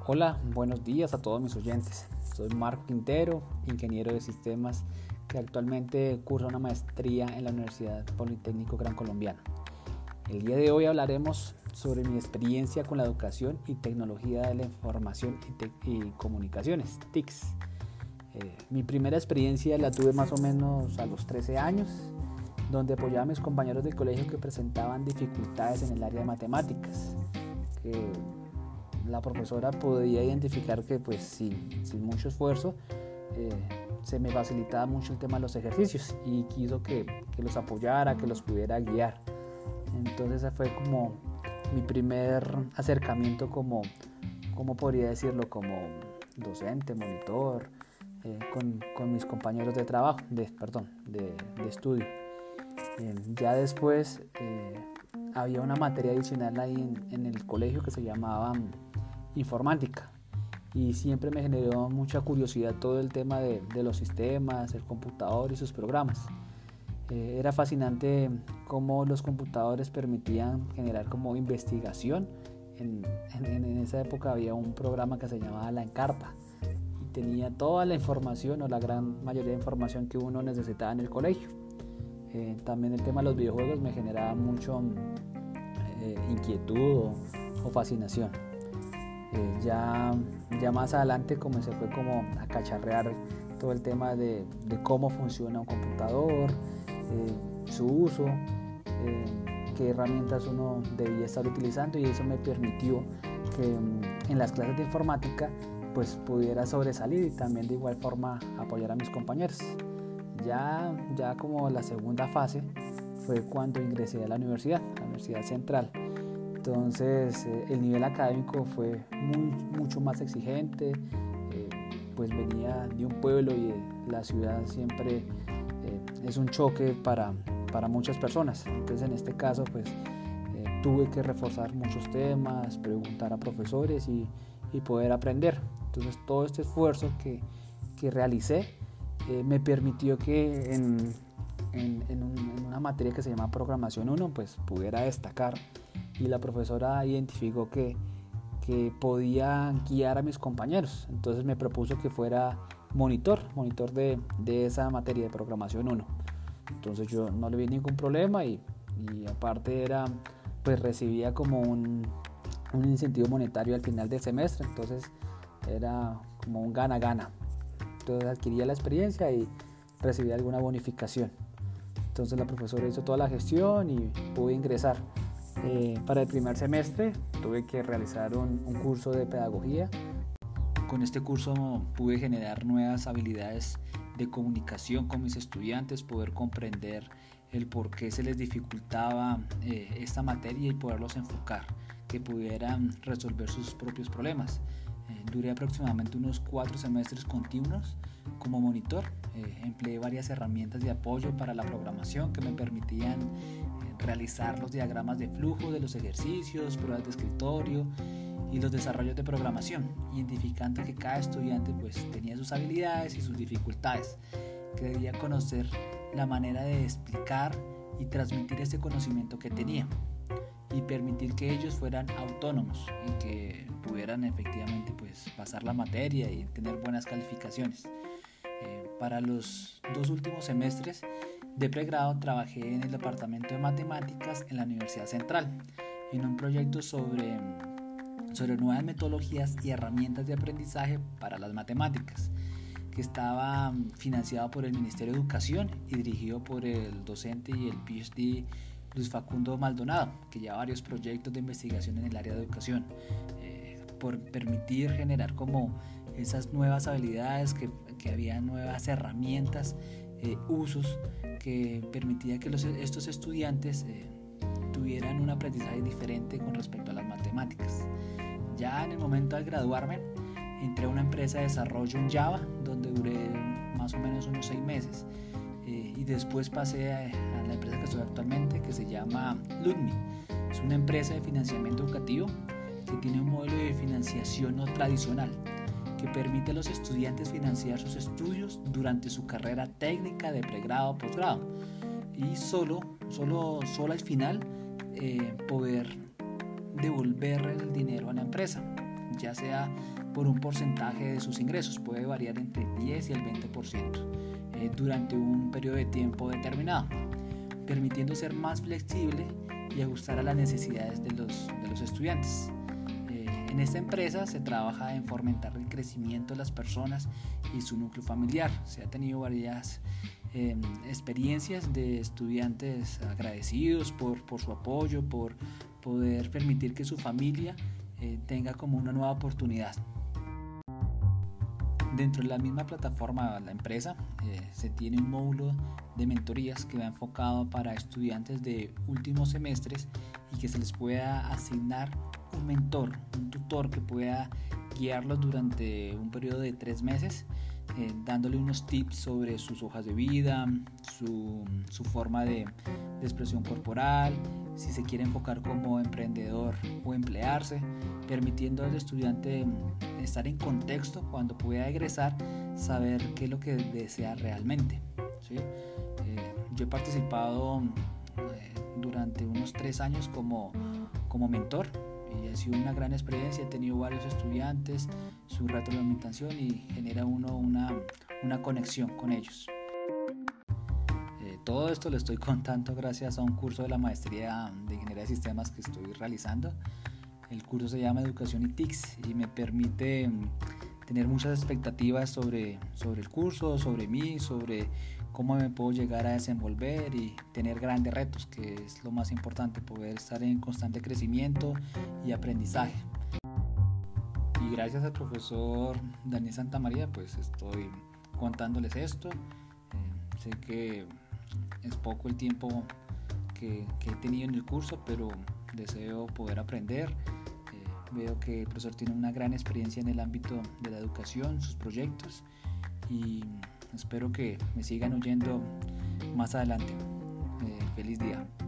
Hola, buenos días a todos mis oyentes. Soy Marco Quintero, ingeniero de sistemas que actualmente cursa una maestría en la Universidad Politécnico Gran Colombiano. El día de hoy hablaremos sobre mi experiencia con la educación y tecnología de la información y comunicaciones, TICs. Mi primera experiencia la tuve más o menos a los 13 años, donde apoyaba a mis compañeros de colegio que presentaban dificultades en el área de matemáticas. La profesora podía identificar que pues sin mucho esfuerzo se me facilitaba mucho el tema de los ejercicios y quiso que los apoyara, que los pudiera guiar. Entonces ese fue como mi primer acercamiento como podría decirlo, como docente, monitor, con mis compañeros de trabajo, de estudio. Ya después había una materia adicional ahí en el colegio que se llamaba informática, y siempre me generó mucha curiosidad todo el tema de los sistemas, el computador y sus programas. Era fascinante cómo los computadores permitían generar como investigación. En esa época había un programa que se llamaba La Encarta y tenía toda la información o la gran mayoría de información que uno necesitaba en el colegio. También el tema de los videojuegos me generaba mucho inquietud o fascinación. Ya más adelante fue como a cacharrear todo el tema de cómo funciona un computador, su uso, qué herramientas uno debía estar utilizando, y eso me permitió que en las clases de informática pues pudiera sobresalir y también de igual forma apoyar a mis compañeros. Ya como la segunda fase fue cuando ingresé a la Universidad Central. Entonces el nivel académico fue mucho más exigente, pues venía de un pueblo y la ciudad siempre es un choque para muchas personas. Entonces en este caso pues tuve que reforzar muchos temas, preguntar a profesores y poder aprender. Entonces todo este esfuerzo que realicé me permitió que en una materia que se llama Programación 1 pues pudiera destacar, y la profesora identificó que podía guiar a mis compañeros. Entonces me propuso que fuera monitor de esa materia de Programación 1. Entonces yo no le vi ningún problema y aparte pues recibía como un incentivo monetario al final del semestre. Entonces era como un gana-gana. Entonces adquiría la experiencia y recibía alguna bonificación. Entonces la profesora hizo toda la gestión y pude ingresar. Para el primer semestre tuve que realizar un curso de pedagogía. Con este curso pude generar nuevas habilidades de comunicación con mis estudiantes, poder comprender el por qué se les dificultaba esta materia y poderlos enfocar, que pudieran resolver sus propios problemas. Duré aproximadamente unos 4 semestres continuos como monitor. Empleé varias herramientas de apoyo para la programación que me permitían realizar los diagramas de flujo de los ejercicios, pruebas de escritorio y los desarrollos de programación, identificando que cada estudiante pues tenía sus habilidades y sus dificultades, que debía conocer la manera de explicar y transmitir este conocimiento que tenía y permitir que ellos fueran autónomos y que pudieran efectivamente pues pasar la materia y tener buenas calificaciones. Para los 2 últimos semestres de pregrado trabajé en el departamento de matemáticas en la Universidad Central, en un proyecto sobre nuevas metodologías y herramientas de aprendizaje para las matemáticas, que estaba financiado por el Ministerio de Educación y dirigido por el docente y el PhD Luis Facundo Maldonado, que lleva varios proyectos de investigación en el área de educación, por permitir generar como esas nuevas habilidades, que había nuevas herramientas, usos que permitía que estos estudiantes tuvieran un aprendizaje diferente con respecto a las matemáticas. Ya en el momento de graduarme entré a una empresa de desarrollo en Java, donde duré más o menos unos 6 meses, y después pasé a la empresa que estoy actualmente, que se llama Ludmi. Es una empresa de financiamiento educativo que tiene un modelo de financiación no tradicional que permite a los estudiantes financiar sus estudios durante su carrera técnica de pregrado o posgrado, y solo al final poder devolver el dinero a la empresa. ya sea por un porcentaje de sus ingresos, puede variar entre el 10 y el 20% durante un periodo de tiempo determinado, permitiendo ser más flexible y ajustar a las necesidades de los estudiantes. En esta empresa se trabaja en fomentar el crecimiento de las personas y su núcleo familiar. Se ha tenido varias experiencias de estudiantes agradecidos por su apoyo, por poder permitir que su familia tenga como una nueva oportunidad. Dentro de la misma plataforma, la empresa, se tiene un módulo de mentorías que va enfocado para estudiantes de últimos semestres y que se les pueda asignar un mentor, un tutor que pueda guiarlos durante un periodo de 3 meses, dándole unos tips sobre sus hojas de vida, su forma de expresión corporal, si se quiere enfocar como emprendedor o emplearse, permitiendo al estudiante estar en contexto cuando pueda egresar, saber qué es lo que desea realmente, ¿sí? Yo he participado durante unos 3 años como mentor y ha sido una gran experiencia. He tenido varios estudiantes, su retroalimentación y genera uno una conexión con ellos. Todo esto lo estoy contando gracias a un curso de la maestría de Ingeniería de Sistemas que estoy realizando. El curso se llama Educación y TICS y me permite tener muchas expectativas sobre el curso, sobre mí, sobre cómo me puedo llegar a desenvolver y tener grandes retos, que es lo más importante, poder estar en constante crecimiento y aprendizaje. Y gracias al profesor Daniel Santamaría, pues estoy contándoles esto. Sé que es poco el tiempo que he tenido en el curso, pero deseo poder aprender. Veo que el profesor tiene una gran experiencia en el ámbito de la educación, sus proyectos, y espero que me sigan oyendo más adelante. Feliz día.